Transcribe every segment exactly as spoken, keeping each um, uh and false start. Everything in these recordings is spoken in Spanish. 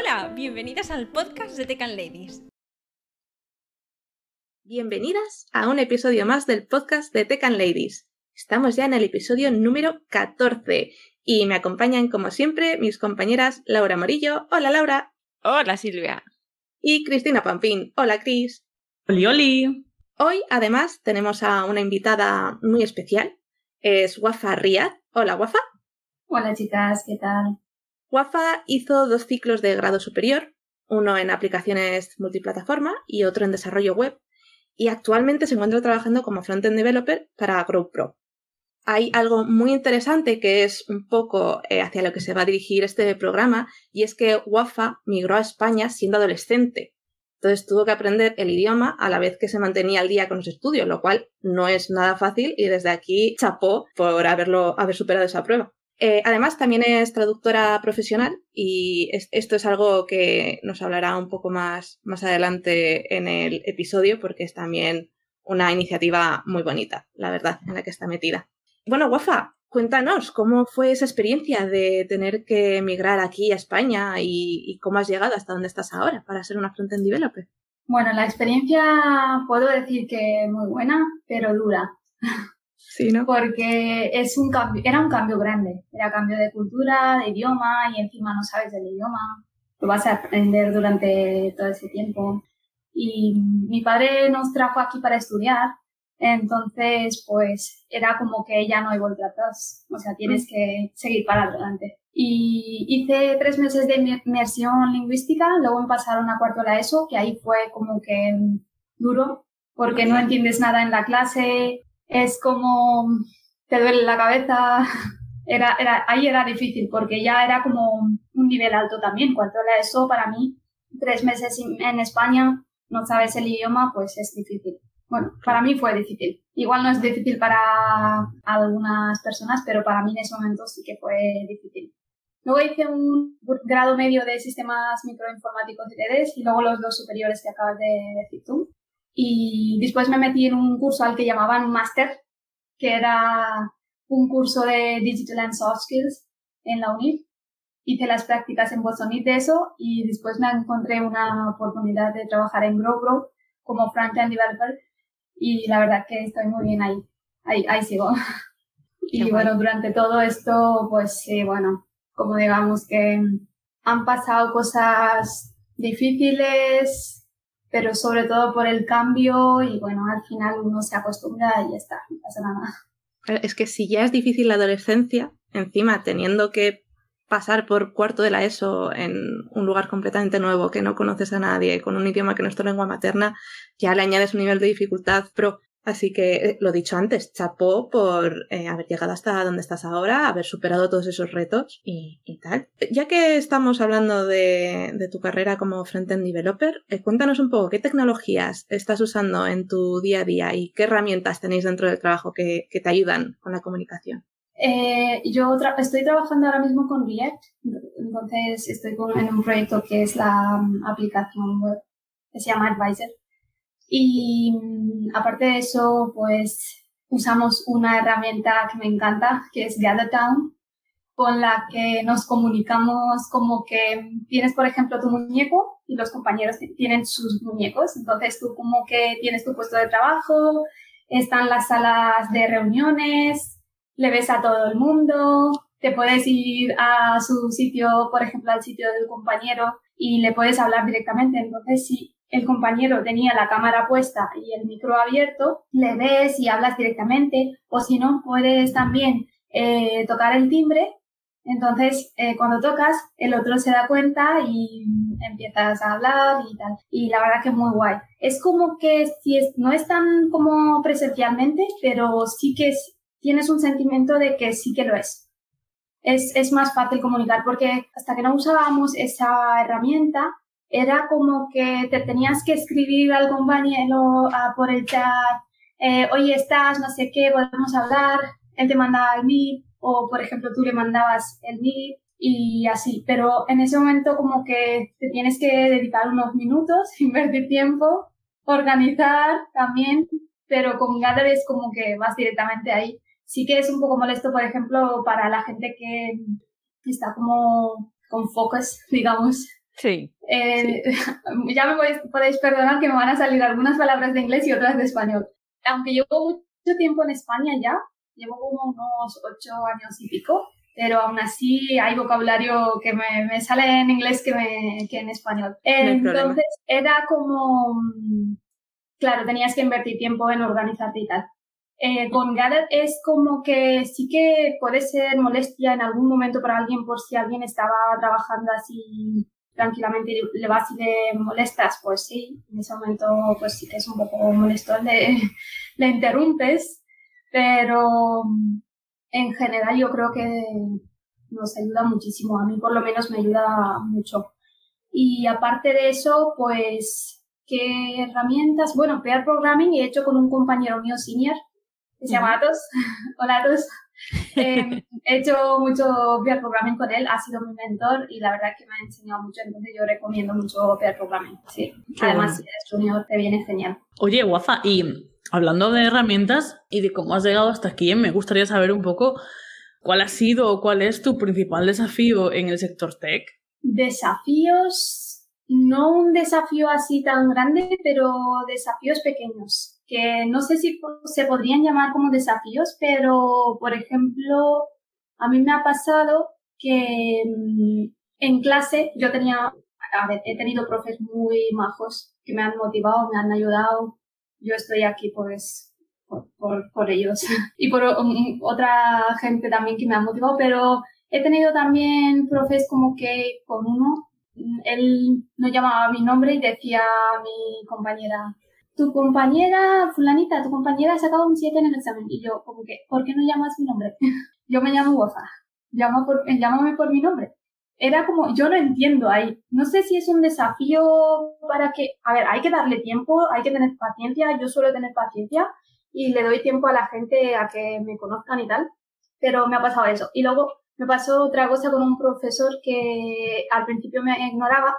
Hola, bienvenidas al podcast de Tech and Ladies. Bienvenidas a un episodio más del podcast de Tech and Ladies. Estamos ya en el episodio número catorce y me acompañan como siempre mis compañeras Laura Morillo. Hola Laura. Hola Silvia. Y Cristina Pampín. Hola Cris. Oli, oli. Hoy además tenemos a una invitada muy especial. Es Wafa Riad. Hola Wafa. Hola chicas, ¿qué tal? Wafa hizo dos ciclos de grado superior, uno en aplicaciones multiplataforma y otro en desarrollo web, y actualmente se encuentra trabajando como frontend developer para GrowPro. Hay algo muy interesante que es un poco eh, hacia lo que se va a dirigir este programa, y es que Wafa migró a España siendo adolescente. Entonces tuvo que aprender el idioma a la vez que se mantenía al día con los estudios, lo cual no es nada fácil y desde aquí chapó por haberlo, haber superado esa prueba. Eh, además, también es traductora profesional y es, esto es algo que nos hablará un poco más, más adelante en el episodio porque es también una iniciativa muy bonita, la verdad, en la que está metida. Bueno, Wafa, cuéntanos cómo fue esa experiencia de tener que emigrar aquí a España y, y cómo has llegado hasta donde estás ahora para ser una frontend developer. Bueno, la experiencia puedo decir que muy buena, pero dura. Sí, ¿no? Porque es un cambio, era un cambio grande, era cambio de cultura, de idioma y encima no sabes del idioma, lo vas a aprender durante todo ese tiempo. Y mi padre nos trajo aquí para estudiar, entonces pues era como que ya no hay vuelta atrás, o sea, tienes que seguir para adelante. Y hice tres meses de inmersión lingüística, luego me pasaron a cuarto de la ESO, que ahí fue como que duro, porque no entiendes nada en la clase. Es como te duele la cabeza, era, era, ahí era difícil porque ya era como un nivel alto también. Cuando era eso, para mí, tres meses en España, no sabes el idioma, pues es difícil. Bueno, para mí fue difícil. Igual no es difícil para algunas personas, pero para mí en ese momento sí que fue difícil. Luego hice un grado medio de sistemas microinformáticos y redes y luego los dos superiores que acabas de decir tú. Y después me metí en un curso al que llamaban Master, que era un curso de Digital and Soft Skills en la UNIF. Hice las prácticas en Boston de eso y después me encontré una oportunidad de trabajar en GrowPro como front-end developer y la verdad que estoy muy bien ahí. Ahí, ahí sigo. Y bueno, durante todo esto, pues sí, bueno, como digamos que han pasado cosas difíciles, pero sobre todo por el cambio y bueno, al final uno se acostumbra y ya está, no pasa nada. Es que si ya es difícil la adolescencia, encima teniendo que pasar por cuarto de la ESO en un lugar completamente nuevo, que no conoces a nadie, con un idioma que no es tu lengua materna, ya le añades un nivel de dificultad pro. Así que, lo dicho antes, chapó por eh, haber llegado hasta donde estás ahora, haber superado todos esos retos y, y tal. Ya que estamos hablando de, de tu carrera como front-end developer, eh, cuéntanos un poco qué tecnologías estás usando en tu día a día y qué herramientas tenéis dentro del trabajo que, que te ayudan con la comunicación. Eh, yo tra- estoy trabajando ahora mismo con React, entonces estoy con, en un proyecto que es la um, aplicación web que se llama Advisor. Y aparte de eso, pues usamos una herramienta que me encanta, que es GatherTown, con la que nos comunicamos como que tienes, por ejemplo, tu muñeco y los compañeros tienen sus muñecos. Entonces tú como que tienes tu puesto de trabajo, están las salas de reuniones, le ves a todo el mundo, te puedes ir a su sitio, por ejemplo, al sitio del compañero y le puedes hablar directamente. Entonces, sí. El compañero tenía la cámara puesta y el micro abierto, le ves y hablas directamente, o si no, puedes también eh, tocar el timbre. Entonces, eh, cuando tocas, el otro se da cuenta y empiezas a hablar y tal. Y la verdad que es muy guay. Es como que si es, no es tan como presencialmente, pero sí que es, tienes un sentimiento de que sí que lo es. Es, es más fácil comunicar porque hasta que no usábamos esa herramienta, era como que te tenías que escribir al compañero uh, por el chat, eh, oye, estás, no sé qué, podemos hablar, él te mandaba el meet, o por ejemplo tú le mandabas el meet y así, pero en ese momento como que te tienes que dedicar unos minutos, invertir tiempo, organizar también, pero con Gather es como que vas directamente ahí. Sí que es un poco molesto, por ejemplo, para la gente que está como con focus, digamos, Sí. Eh, sí. Ya me podéis, podéis perdonar que me van a salir algunas palabras de inglés y otras de español. Aunque llevo mucho tiempo en España ya, llevo como unos ocho años y pico, pero aún así hay vocabulario que me, me sale en inglés que, me, que en español. Entonces era como, claro, tenías que invertir tiempo en organizarte y tal. Eh, con Gather es como que sí que puede ser molestia en algún momento para alguien por si alguien estaba trabajando así tranquilamente y le vas y le molestas, pues sí, en ese momento pues sí que es un poco molesto, le, le interrumpes, pero en general yo creo que nos ayuda muchísimo, a mí por lo menos me ayuda mucho. Y aparte de eso, pues, ¿qué herramientas? Bueno, pair programming he hecho con un compañero mío senior, que se llama Atos. Hola, Atos. Eh, he hecho mucho pair programming con él, ha sido mi mentor y la verdad es que me ha enseñado mucho, entonces yo recomiendo mucho pair programming. Sí. Qué Además, bueno. si eres junior, te viene genial. Oye, Wafa, y hablando de herramientas y de cómo has llegado hasta aquí, me gustaría saber un poco cuál ha sido o cuál es tu principal desafío en el sector tech. Desafíos, no un desafío así tan grande, pero desafíos pequeños, que no sé si se podrían llamar como desafíos, pero, por ejemplo, a mí me ha pasado que en clase yo tenía, a ver, he tenido profes muy majos que me han motivado, me han ayudado. Yo estoy aquí, pues, por, por, por ellos y por um, otra gente también que me ha motivado, pero he tenido también profes como que con uno, él no llamaba mi nombre y decía a mi compañera, tu compañera fulanita, tu compañera ha sacado un siete en el examen. Y yo, como que, ¿por qué no llamas mi nombre? Yo me llamo Wafa, llama por, llámame por mi nombre. Era como, yo no entiendo ahí. No sé si es un desafío para que, a ver, hay que darle tiempo, hay que tener paciencia, yo suelo tener paciencia y le doy tiempo a la gente a que me conozcan y tal, pero me ha pasado eso. Y luego me pasó otra cosa con un profesor que al principio me ignoraba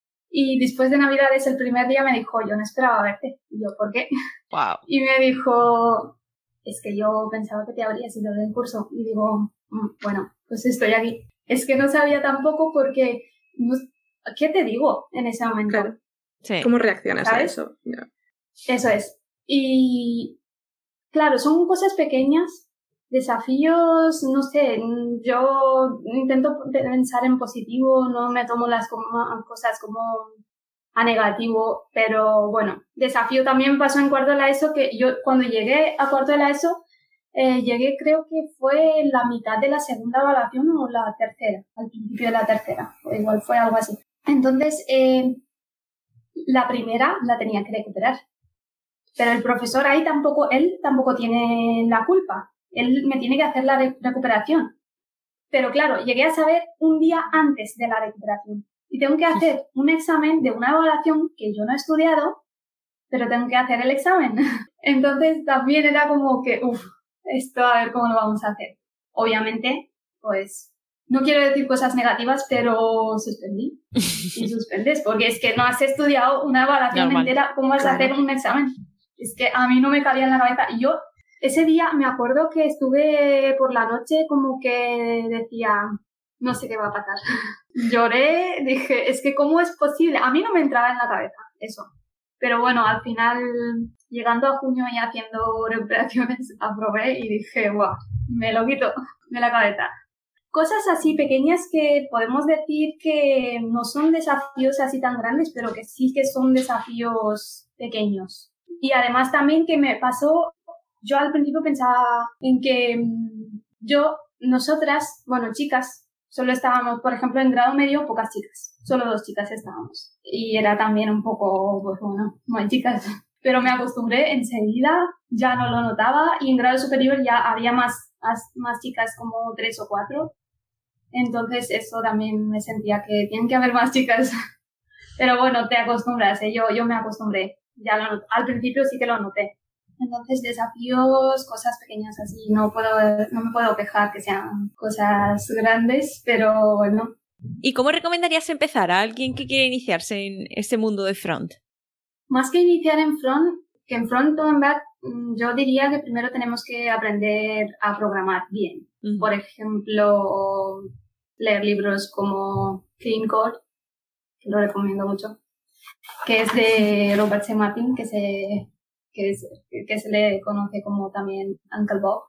y después de Navidades, el primer día me dijo, yo no esperaba verte. Y yo, ¿por qué? Wow. Y me dijo, es que yo pensaba que te habrías ido del curso. Y digo, bueno, pues estoy aquí. Es que no sabía tampoco porque, ¿qué te digo en ese momento? Claro. Sí. ¿Cómo reaccionas ¿sabes? a eso? Yeah. Eso es. Y claro, son cosas pequeñas. Desafíos, no sé, yo intento pensar en positivo, no me tomo las como, cosas como a negativo, pero bueno, desafío también pasó en cuarto de la ESO, que yo cuando llegué a cuarto de la ESO, eh, llegué creo que fue la mitad de la segunda evaluación o la tercera, al principio de la tercera, o igual fue algo así. Entonces, eh, la primera la tenía que recuperar, pero el profesor ahí tampoco, él tampoco tiene la culpa. Él me tiene que hacer la re- recuperación. Pero claro, llegué a saber un día antes de la recuperación. Y tengo que hacer un examen de una evaluación que yo no he estudiado, pero tengo que hacer el examen. Entonces también era como que, uff, esto a ver cómo lo vamos a hacer. Obviamente, pues, no quiero decir cosas negativas, pero suspendí. Y suspendes, porque es que no has estudiado una evaluación Normal. entera, ¿cómo vas Claro. a hacer un examen? Es que a mí no me cabía en la cabeza. Y yo, ese día me acuerdo que estuve por la noche como que decía, no sé qué va a pasar. Lloré, dije, es que ¿cómo es posible? A mí no me entraba en la cabeza eso. Pero bueno, al final, llegando a junio y haciendo recuperaciones, aprobé y dije, guau, me lo quito de la cabeza. Cosas así pequeñas que podemos decir que no son desafíos así tan grandes, pero que sí que son desafíos pequeños. Y además también que me pasó, yo al principio pensaba en que yo, nosotras, bueno, chicas, solo estábamos, por ejemplo, en grado medio, pocas chicas. Solo dos chicas estábamos. Y era también un poco, pues bueno, muy chicas. Pero me acostumbré enseguida, ya no lo notaba, y en grado superior ya había más, más, más chicas, como tres o cuatro. Entonces eso también me sentía que tienen que haber más chicas. Pero bueno, te acostumbras, ¿eh? Yo, yo me acostumbré. Ya lo not- al principio sí que lo noté. Entonces, desafíos, cosas pequeñas así. No puedo, no me puedo quejar que sean cosas grandes, pero bueno. ¿Y cómo recomendarías empezar a alguien que quiere iniciarse en este mundo de front? Más que iniciar en front, que en front o en back, yo diría que primero tenemos que aprender a programar bien. Uh-huh. Por ejemplo, leer libros como Clean Code, que lo recomiendo mucho, que es de Robert C. Martin, que se, que es, que se le conoce como también Uncle Bob.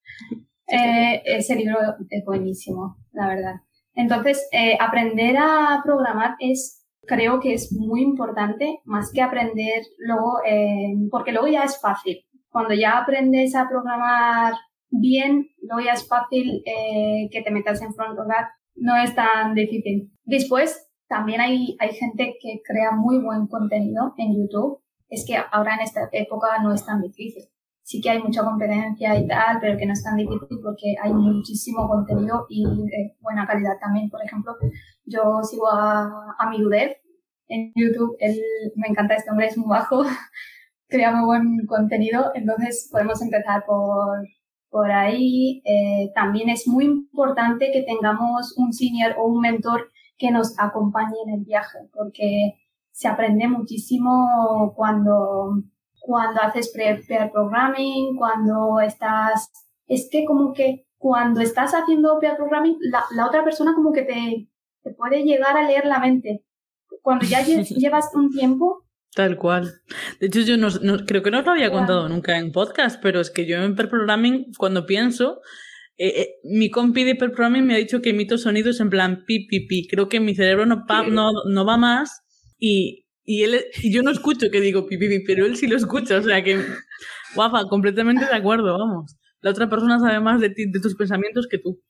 Eh, ese libro es buenísimo, la verdad. Entonces, eh, aprender a programar es, creo que es muy importante, más que aprender luego, eh, porque luego ya es fácil. Cuando ya aprendes a programar bien, luego ya es fácil eh, que te metas en front-end, no es tan difícil. Después, también hay, hay gente que crea muy buen contenido en YouTube. Es que ahora en esta época no es tan difícil. Sí que hay mucha competencia y tal, pero que no es tan difícil porque hay muchísimo contenido y de buena calidad también. Por ejemplo, yo sigo a, a Mirudev en YouTube. Él, me encanta este hombre, es muy bajo, crea muy buen contenido. Entonces podemos empezar por, por ahí. Eh, también es muy importante que tengamos un senior o un mentor que nos acompañe en el viaje, porque se aprende muchísimo cuando, cuando haces pair programming, cuando estás... Es que como que cuando estás haciendo pair programming, la, la otra persona como que te, te puede llegar a leer la mente. Cuando ya llevas un tiempo... Tal cual. De hecho, yo no, no, creo que no os lo había contado nunca en podcast, pero es que yo en pair programming, cuando pienso... Eh, eh, mi compi de pair programming me ha dicho que emito sonidos en plan pi, pi, pi. Creo que mi cerebro no, pa, no, no va más y, y, él, y yo no escucho que digo pi, pi, pi, pero él sí lo escucha. O sea que, guapa, completamente de acuerdo, vamos. La otra persona sabe más de ti, de tus pensamientos que tú.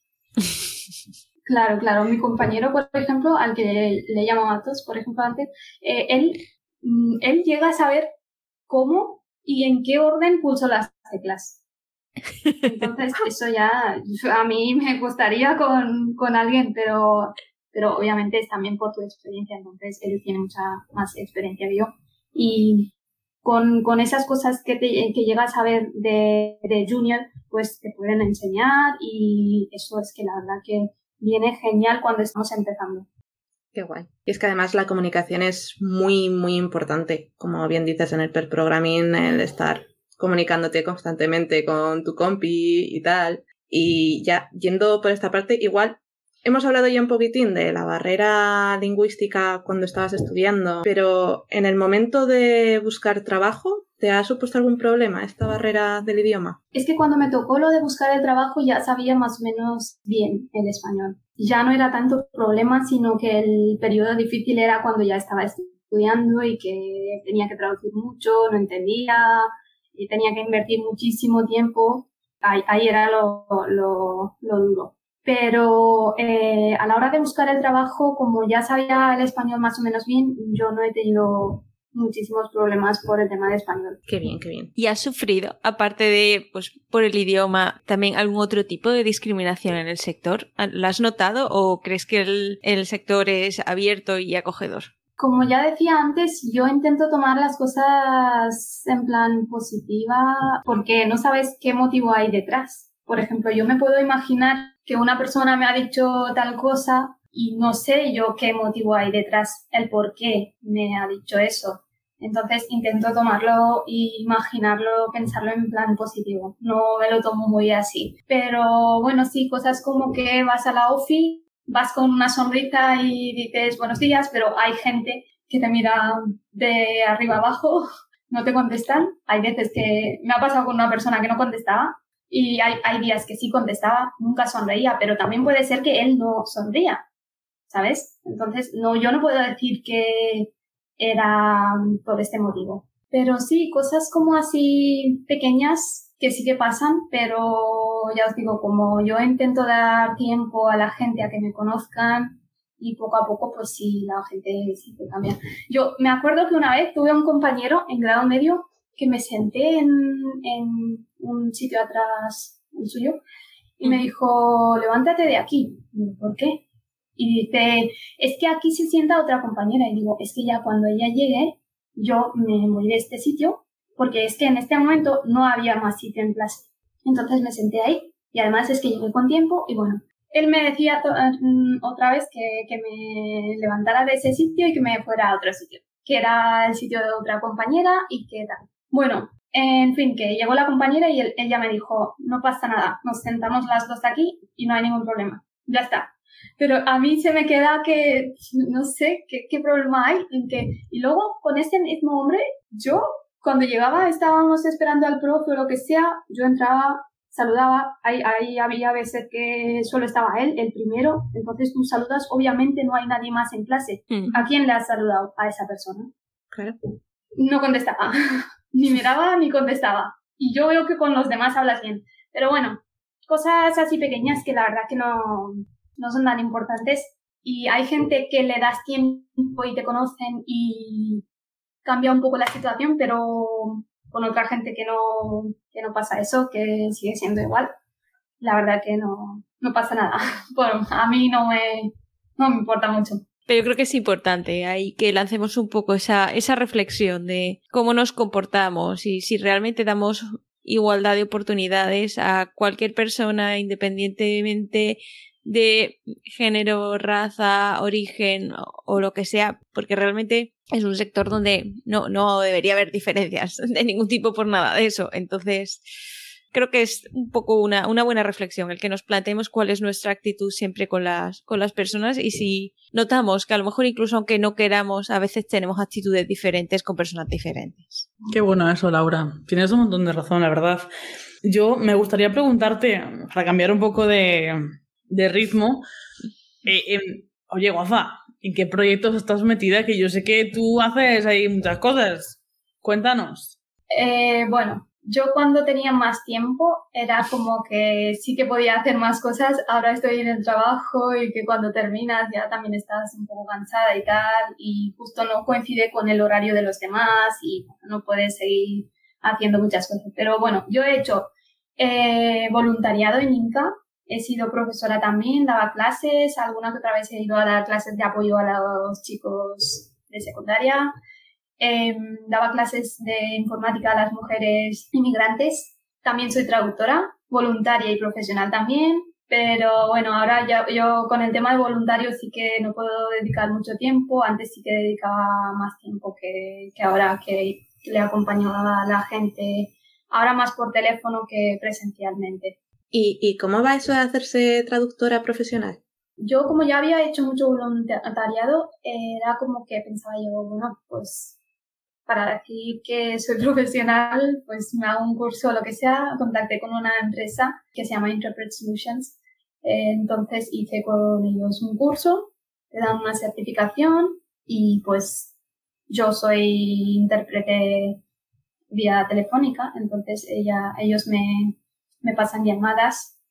Claro, claro. Mi compañero, por ejemplo, al que le, le llamo Matos, por ejemplo, antes, eh, él, él llega a saber cómo y en qué orden pulso las teclas. Entonces eso ya a mí me gustaría con, con alguien, pero, pero obviamente es también por tu experiencia. Entonces él tiene mucha más experiencia que yo y con, con esas cosas que, te, que llegas a ver de, de junior, pues te pueden enseñar y eso es que la verdad que viene genial cuando estamos empezando. Qué guay. Y es que además la comunicación es muy, muy importante, como bien dices en el pair programming, el estar comunicándote constantemente con tu compi y tal. Y ya yendo por esta parte, igual hemos hablado ya un poquitín de la barrera lingüística cuando estabas estudiando, pero en el momento de buscar trabajo, ¿te ha supuesto algún problema esta barrera del idioma? Es que cuando me tocó lo de buscar el trabajo ya sabía más o menos bien el español. Ya no era tanto problema, sino que el periodo difícil era cuando ya estaba estudiando y que tenía que traducir mucho, no entendía... y tenía que invertir muchísimo tiempo, ahí, ahí era lo, lo, lo duro. Pero eh, a la hora de buscar el trabajo, como ya sabía el español más o menos bien, yo no he tenido muchísimos problemas por el tema de español. Qué bien, qué bien. ¿Y has sufrido, aparte de, pues, por el idioma, también algún otro tipo de discriminación en el sector? ¿Lo has notado o crees que el, el sector es abierto y acogedor? Como ya decía antes, yo intento tomar las cosas en plan positiva porque no sabes qué motivo hay detrás. Por ejemplo, yo me puedo imaginar que una persona me ha dicho tal cosa y no sé yo qué motivo hay detrás, el por qué me ha dicho eso. Entonces intento tomarlo y imaginarlo, pensarlo en plan positivo. No me lo tomo muy así. Pero bueno, sí, cosas como que vas a la ofi, vas con una sonrisa y dices buenos días, pero hay gente que te mira de arriba abajo, no te contestan. Hay veces que me ha pasado con una persona que no contestaba y hay, hay días que sí contestaba, nunca sonreía, pero también puede ser que él no sonría, ¿sabes? Entonces, no, yo no puedo decir que era por este motivo. Pero sí, cosas como así pequeñas que sí que pasan, pero ya os digo, como yo intento dar tiempo a la gente a que me conozcan y poco a poco, pues sí, la gente sí que cambia. Yo me acuerdo que una vez tuve un compañero en grado medio que me senté en, en un sitio atrás del suyo y me dijo, levántate de aquí. Y digo, ¿por qué? Y dice, es que aquí se sienta otra compañera. Y digo, es que ya cuando ella llegue, yo me voy de este sitio, porque es que en este momento no había más sitio en clase. Entonces me senté ahí y además es que llegué con tiempo y bueno, él me decía to- otra vez que, que me levantara de ese sitio y que me fuera a otro sitio, que era el sitio de otra compañera y que tal. Bueno, en fin, que llegó la compañera y él, ella me dijo, no pasa nada, nos sentamos las dos aquí y no hay ningún problema. Ya está. Pero a mí se me queda que, no sé, qué, qué problema hay en que... Y luego, con ese mismo hombre, yo, cuando llegaba, estábamos esperando al profe o lo que sea, yo entraba, saludaba, ahí, ahí había veces que solo estaba él, el primero, entonces tú saludas, obviamente no hay nadie más en clase. Mm. ¿A quién le has saludado? A esa persona. Claro. No contestaba, ni miraba ni contestaba. Y yo veo que con los demás hablas bien. Pero bueno, cosas así pequeñas que la verdad que no, no son tan importantes. Y hay gente que le das tiempo y te conocen y cambia un poco la situación, pero con otra gente que no, que no pasa eso, que sigue siendo igual. La verdad que no, no pasa nada. Bueno, a mí no me, no me importa mucho. Pero yo creo que es importante ahí que lancemos un poco esa, esa reflexión de cómo nos comportamos y si realmente damos igualdad de oportunidades a cualquier persona independientemente de género, raza, origen o, o lo que sea, porque realmente es un sector donde no, no debería haber diferencias de ningún tipo por nada de eso. Entonces, creo que es un poco una, una buena reflexión el que nos planteemos cuál es nuestra actitud siempre con las, con las personas y si notamos que a lo mejor incluso aunque no queramos, a veces tenemos actitudes diferentes con personas diferentes. Qué bueno eso, Laura. Tienes un montón de razón, la verdad. Yo me gustaría preguntarte, para cambiar un poco de, de ritmo, eh, eh, oye, Guafa, ¿en qué proyectos estás metida? Que yo sé que tú haces ahí muchas cosas. Cuéntanos. Eh, bueno, yo cuando tenía más tiempo era como que sí que podía hacer más cosas. Ahora estoy en el trabajo y que cuando terminas ya también estás un poco cansada y tal y justo no coincide con el horario de los demás y no puedes seguir haciendo muchas cosas. Pero bueno, yo he hecho eh, voluntariado en Inca, he sido profesora también, daba clases, alguna que otra vez he ido a dar clases de apoyo a los chicos de secundaria. Eh, daba clases de informática a las mujeres inmigrantes. También soy traductora, voluntaria y profesional también. Pero bueno, ahora ya yo con el tema de voluntario sí que no puedo dedicar mucho tiempo. Antes sí que dedicaba más tiempo que, que ahora que, que le acompañaba a la gente. Ahora más por teléfono que presencialmente. ¿Y, y cómo va eso de hacerse traductora profesional? Yo como ya había hecho mucho voluntariado, era como que pensaba yo, bueno, pues para decir que soy profesional, pues me hago un curso o lo que sea. Contacté con una empresa que se llama Interpret Solutions. Eh, entonces hice con ellos un curso, te dan una certificación y pues yo soy intérprete vía telefónica. Entonces ella, ellos me, me pasan llamadas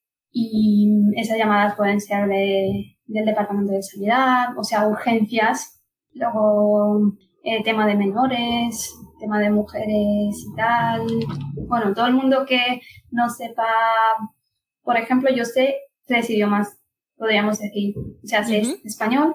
y esas llamadas pueden ser de, del Departamento de Sanidad, o sea, urgencias. Luego Eh, tema de menores, tema de mujeres y tal. Bueno, todo el mundo que no sepa, por ejemplo, yo sé tres idiomas, podríamos decir. O sea, sé uh-huh. español,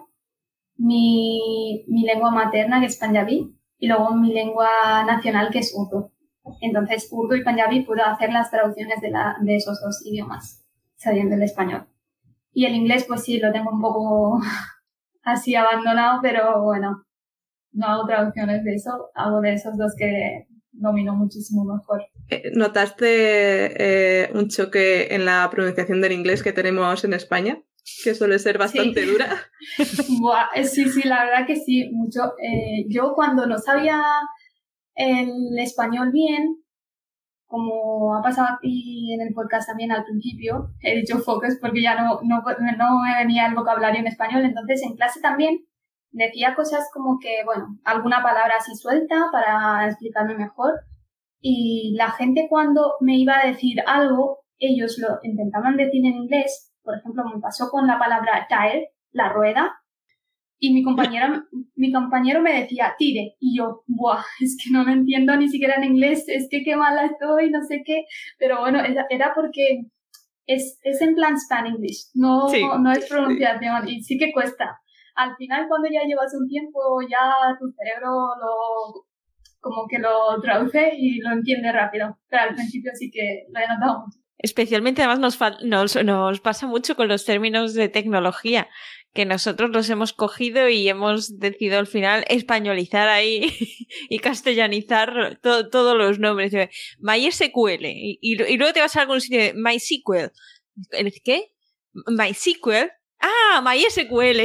mi, mi lengua materna, que es panjabí, y luego mi lengua nacional, que es urdu. Entonces, urdu y panjabí puedo hacer las traducciones de, la, de esos dos idiomas, sabiendo el español. Y el inglés, pues sí, lo tengo un poco así abandonado, pero bueno, no hago traducciones de eso, hago de esos dos que domino muchísimo mejor. ¿Notaste eh, un choque en la pronunciación del inglés que tenemos en España? Que suele ser bastante sí. dura. Buah, sí, sí, la verdad que sí, mucho. Eh, yo cuando no sabía el español bien, como ha pasado aquí en el podcast también al principio, he dicho focus porque ya no, no, no me venía el vocabulario en español, entonces en clase también decía cosas como que, bueno, alguna palabra así suelta para explicarme mejor y la gente cuando me iba a decir algo, ellos lo intentaban decir en inglés. Por ejemplo, me pasó con la palabra tire, la rueda, y mi compañera, mi compañero me decía tire y yo, buah, es que no lo entiendo ni siquiera en inglés, es que qué mala estoy, no sé qué, pero bueno, era, era porque es, es en plan Spanglish, no, sí, no es pronunciación y sí que cuesta. Al final, cuando ya llevas un tiempo, ya tu cerebro lo como que lo traduce y lo entiende rápido. Pero al principio sí que lo he notado mucho. Especialmente, además, nos, fa- nos, nos pasa mucho con los términos de tecnología, que nosotros los hemos cogido y hemos decidido al final españolizar ahí y castellanizar to- todos los nombres. MySQL. Y, y, y luego te vas a algún sitio de MySQL. ¿Qué? MySQL. ¡Ah! MySQL.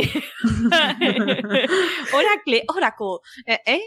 Oracle, Oracle. ¿Eh? ¿Eh?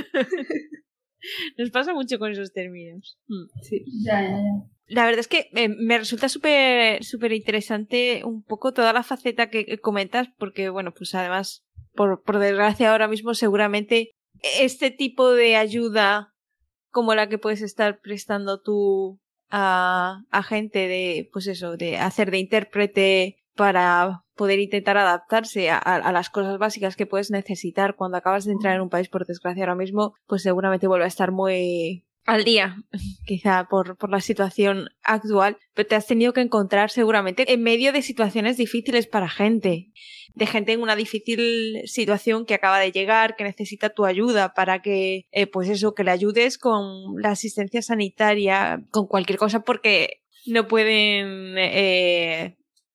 Nos pasa mucho con esos términos. Sí. Ya, ya, ya. La verdad es que eh, me resulta súper súper interesante un poco toda la faceta que comentas, porque, bueno, pues además, por, por desgracia ahora mismo seguramente este tipo de ayuda como la que puedes estar prestando tú a, a gente de, pues eso, de hacer de intérprete para poder intentar adaptarse a, a las cosas básicas que puedes necesitar cuando acabas de entrar en un país, por desgracia ahora mismo, pues seguramente vuelve a estar muy al día, quizá por, por la situación actual, pero te has tenido que encontrar seguramente en medio de situaciones difíciles para gente, de gente en una difícil situación que acaba de llegar, que necesita tu ayuda para que, eh, pues eso, que le ayudes con la asistencia sanitaria, con cualquier cosa, porque no pueden eh,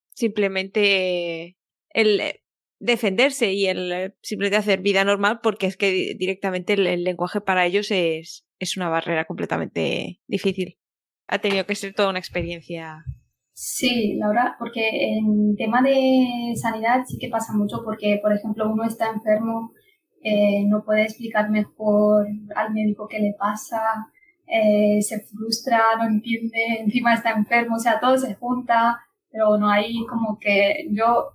simplemente el defenderse y el simplemente hacer vida normal, porque es que directamente el, el lenguaje para ellos es es una barrera completamente difícil. Ha tenido que ser toda una experiencia. Sí, Laura, porque en tema de sanidad sí que pasa mucho porque, por ejemplo, uno está enfermo, eh, no puede explicar mejor al médico qué le pasa, eh, se frustra, no entiende, encima está enfermo, o sea, todo se junta, pero no hay como que... Yo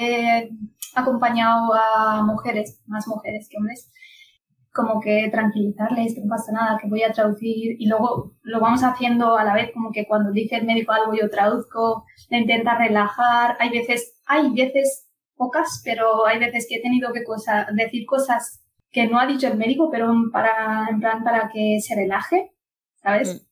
he acompañado a mujeres, más mujeres que hombres, como que tranquilizarles, que no pasa nada, que voy a traducir, y luego lo vamos haciendo a la vez, como que cuando dice el médico algo yo traduzco, le intenta relajar, hay veces, hay veces pocas, pero hay veces que he tenido que cosa, decir cosas que no ha dicho el médico, pero para, en plan para que se relaje, ¿sabes? Mm.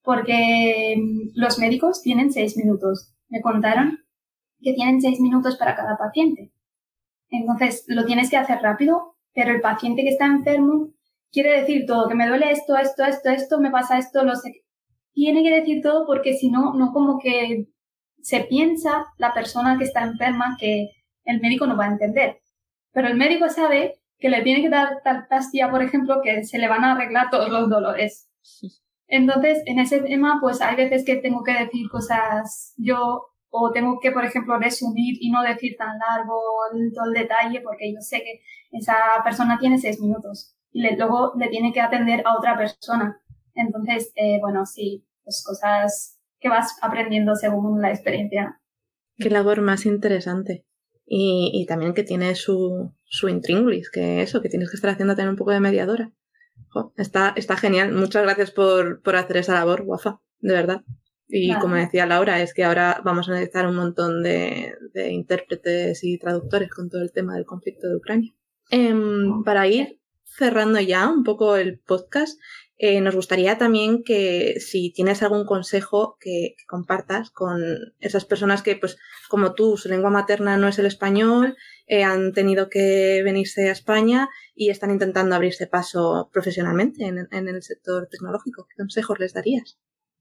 Porque los médicos tienen seis minutos, me contaron que tienen seis minutos para cada paciente, entonces lo tienes que hacer rápido. Pero el paciente que está enfermo quiere decir todo, que me duele esto, esto, esto, esto, me pasa esto, lo sé. Tiene que decir todo porque si no, no como que se piensa la persona que está enferma que el médico no va a entender. Pero el médico sabe que le tiene que dar tal pastilla, por ejemplo, que se le van a arreglar todos los dolores. Entonces, en ese tema, pues hay veces que tengo que decir cosas yo... o tengo que, por ejemplo, resumir y no decir tan largo el, todo el detalle porque yo sé que esa persona tiene seis minutos y le, luego le tiene que atender a otra persona. Entonces, eh, bueno, sí, pues cosas que vas aprendiendo según la experiencia. Qué labor más interesante. Y, y también que tiene su, su intríngulis, que eso, que tienes que estar haciendo también un poco de mediadora. Jo, está, está genial. Muchas gracias por, por hacer esa labor, Wafa, de verdad. Y vale. Como decía Laura, es que ahora vamos a necesitar un montón de, de intérpretes y traductores con todo el tema del conflicto de Ucrania. Eh, para ir cerrando ya un poco el podcast, eh, nos gustaría también que si tienes algún consejo que, que compartas con esas personas que, pues, como tú, su lengua materna no es el español, eh, han tenido que venirse a España y están intentando abrirse paso profesionalmente en, en el sector tecnológico. ¿Qué consejos les darías?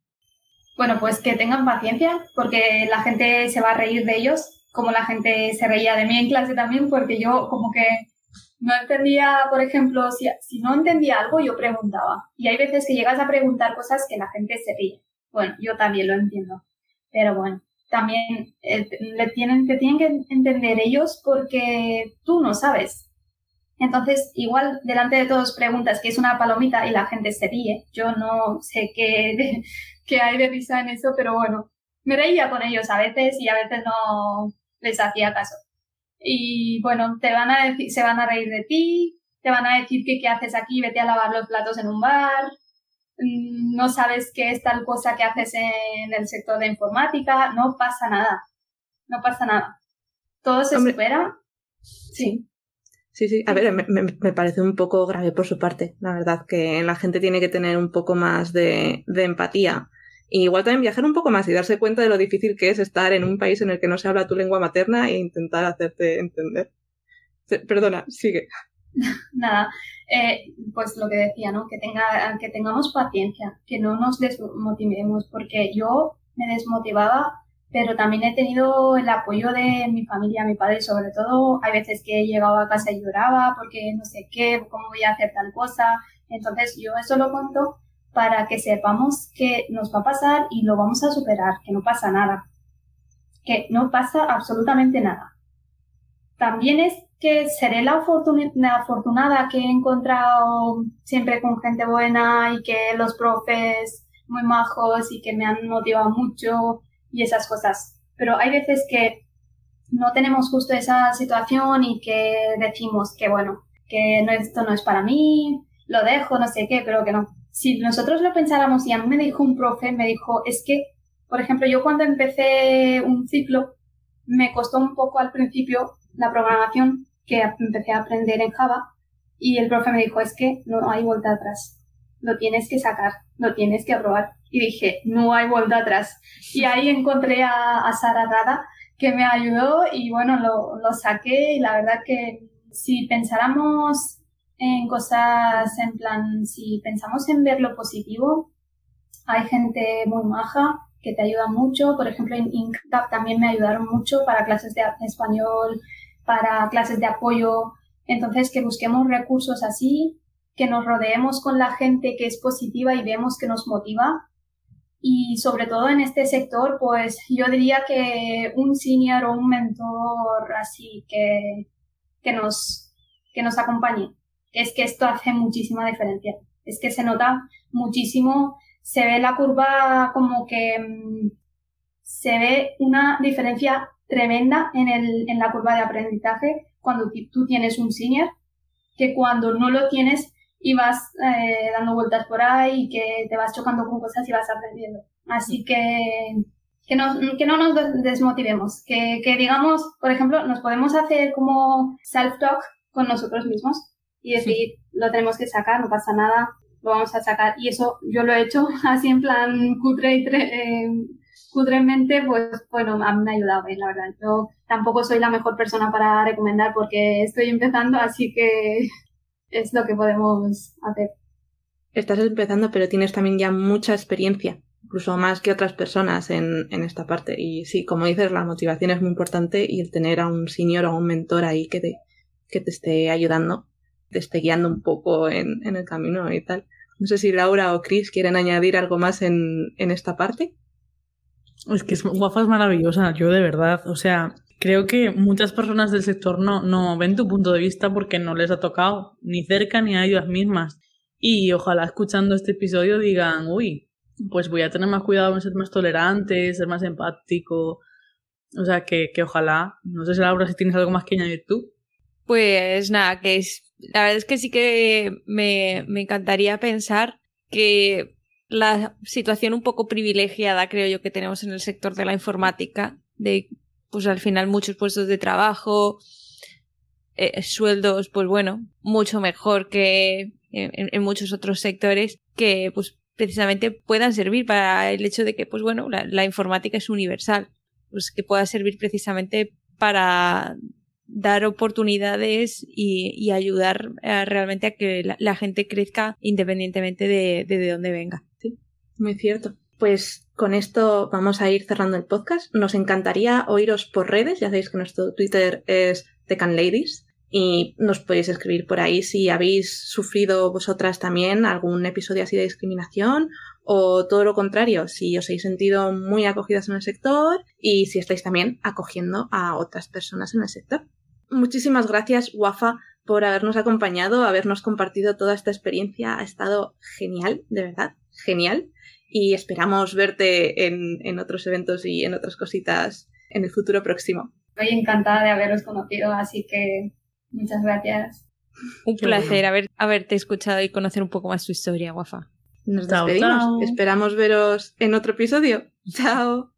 Bueno, pues que tengan paciencia, porque la gente se va a reír de ellos, como la gente se reía de mí en clase también, porque yo como que no entendía, por ejemplo, si, si no entendía algo, yo preguntaba. Y hay veces que llegas a preguntar cosas que la gente se ríe. Bueno, yo también lo entiendo. Pero bueno, también eh, le tienen, te tienen que entender ellos porque tú no sabes. Entonces, igual delante de todos preguntas qué es una palomita y la gente se ríe. Yo no sé qué, de, qué hay de risa en eso, pero bueno, me reía con ellos a veces y a veces no les hacía caso. Y bueno, te van a decir, se van a reír de ti, te van a decir que qué haces aquí, vete a lavar los platos en un bar, no sabes qué es tal cosa que haces en el sector de informática, no pasa nada, no pasa nada. Todo se Hombre, supera. Sí. Sí, sí. A ver, me, me parece un poco grave por su parte, la verdad, que la gente tiene que tener un poco más de, de empatía. Y igual también viajar un poco más y darse cuenta de lo difícil que es estar en un país en el que no se habla tu lengua materna e intentar hacerte entender. Perdona, sigue. Nada, eh, pues lo que decía, ¿no? Que, tenga, que tengamos paciencia, que no nos desmotivemos, porque yo me desmotivaba, pero también he tenido el apoyo de mi familia, mi padre sobre todo. Hay veces que llegaba a casa y lloraba porque no sé qué, cómo voy a hacer tal cosa. Entonces yo eso lo cuento para que sepamos que nos va a pasar y lo vamos a superar, que no pasa nada, que no pasa absolutamente nada. también es que seré la, afortun- la afortunada que he encontrado siempre con gente buena y que los profes muy majos y que me han motivado mucho y esas cosas. Pero hay veces que no tenemos justo esa situación y que decimos que bueno, que no, esto no es para mí, lo dejo, no sé qué, pero que no. Si nosotros lo pensáramos, y a mí me dijo un profe, me dijo, es que, por ejemplo, yo cuando empecé un ciclo, me costó un poco al principio la programación, que empecé a aprender en Java, y el profe me dijo, es que no hay vuelta atrás, lo tienes que sacar, lo tienes que aprobar. Y dije, no hay vuelta atrás. Y ahí encontré a, a Sara Rada, que me ayudó y bueno, lo, lo saqué y la verdad que si pensáramos en cosas en plan, si pensamos en ver lo positivo, hay gente muy maja que te ayuda mucho. Por ejemplo, en INCAP también me ayudaron mucho para clases de español, para clases de apoyo. Entonces, que busquemos recursos así, que nos rodeemos con la gente que es positiva y vemos que nos motiva. Y sobre todo en este sector, pues yo diría que un senior o un mentor así que, que, nos, que nos acompañe. Es que esto hace muchísima diferencia. Es que se nota muchísimo, se ve la curva como que mmm, se ve una diferencia tremenda en, el, en la curva de aprendizaje cuando tú tienes un senior, que cuando no lo tienes y vas eh, dando vueltas por ahí y que te vas chocando con cosas y vas aprendiendo. Así que que no, que no nos desmotivemos, que, que digamos, por ejemplo, nos podemos hacer como self-talk con nosotros mismos y decir, sí, lo tenemos que sacar, no pasa nada, lo vamos a sacar. Y eso yo lo he hecho así en plan cutre y tre- eh, cutremente, pues bueno, a mí me ha ayudado, ¿eh? La verdad. Yo tampoco soy la mejor persona para recomendar porque estoy empezando, así que es lo que podemos hacer. Estás empezando, pero tienes también ya mucha experiencia, incluso más que otras personas en, en esta parte. Y sí, como dices, la motivación es muy importante y el tener a un senior o a un mentor ahí que te, que te esté ayudando, te esté guiando un poco en, en el camino y tal. No sé si Laura o Chris quieren añadir algo más en, en esta parte. Es que es, Wafa es maravillosa, yo de verdad, o sea, creo que muchas personas del sector no, no ven tu punto de vista porque no les ha tocado ni cerca ni a ellas mismas. Y ojalá escuchando este episodio digan, uy, pues voy a tener más cuidado en ser más tolerante, ser más empático. O sea, que, que ojalá, no sé si Laura, si tienes algo más que añadir tú. Pues nada, que es, la verdad es que sí que me, me encantaría pensar que la situación un poco privilegiada, creo yo, que tenemos en el sector de la informática, de pues al final muchos puestos de trabajo, eh, sueldos, pues bueno, mucho mejor que en, en muchos otros sectores, que pues precisamente puedan servir para el hecho de que, pues bueno, la, la informática es universal, pues que pueda servir precisamente para dar oportunidades y, y ayudar a, realmente a que la, la gente crezca independientemente de, de, de dónde venga. Sí, muy cierto. Pues con esto vamos a ir cerrando el podcast. Nos encantaría oíros por redes. Ya sabéis que nuestro Twitter es TheCanLadies y nos podéis escribir por ahí si habéis sufrido vosotras también algún episodio así de discriminación o todo lo contrario, si os habéis sentido muy acogidas en el sector y si estáis también acogiendo a otras personas en el sector. Muchísimas gracias, Wafa, por habernos acompañado, habernos compartido toda esta experiencia. Ha estado genial, de verdad, genial. Y esperamos verte en, en otros eventos y en otras cositas en el futuro próximo. Estoy encantada de haberos conocido, así que muchas gracias. Un Qué placer bueno. haber, haberte escuchado y conocer un poco más tu historia, Wafa. Nos despedimos. Chao, chao. Esperamos veros en otro episodio. Chao.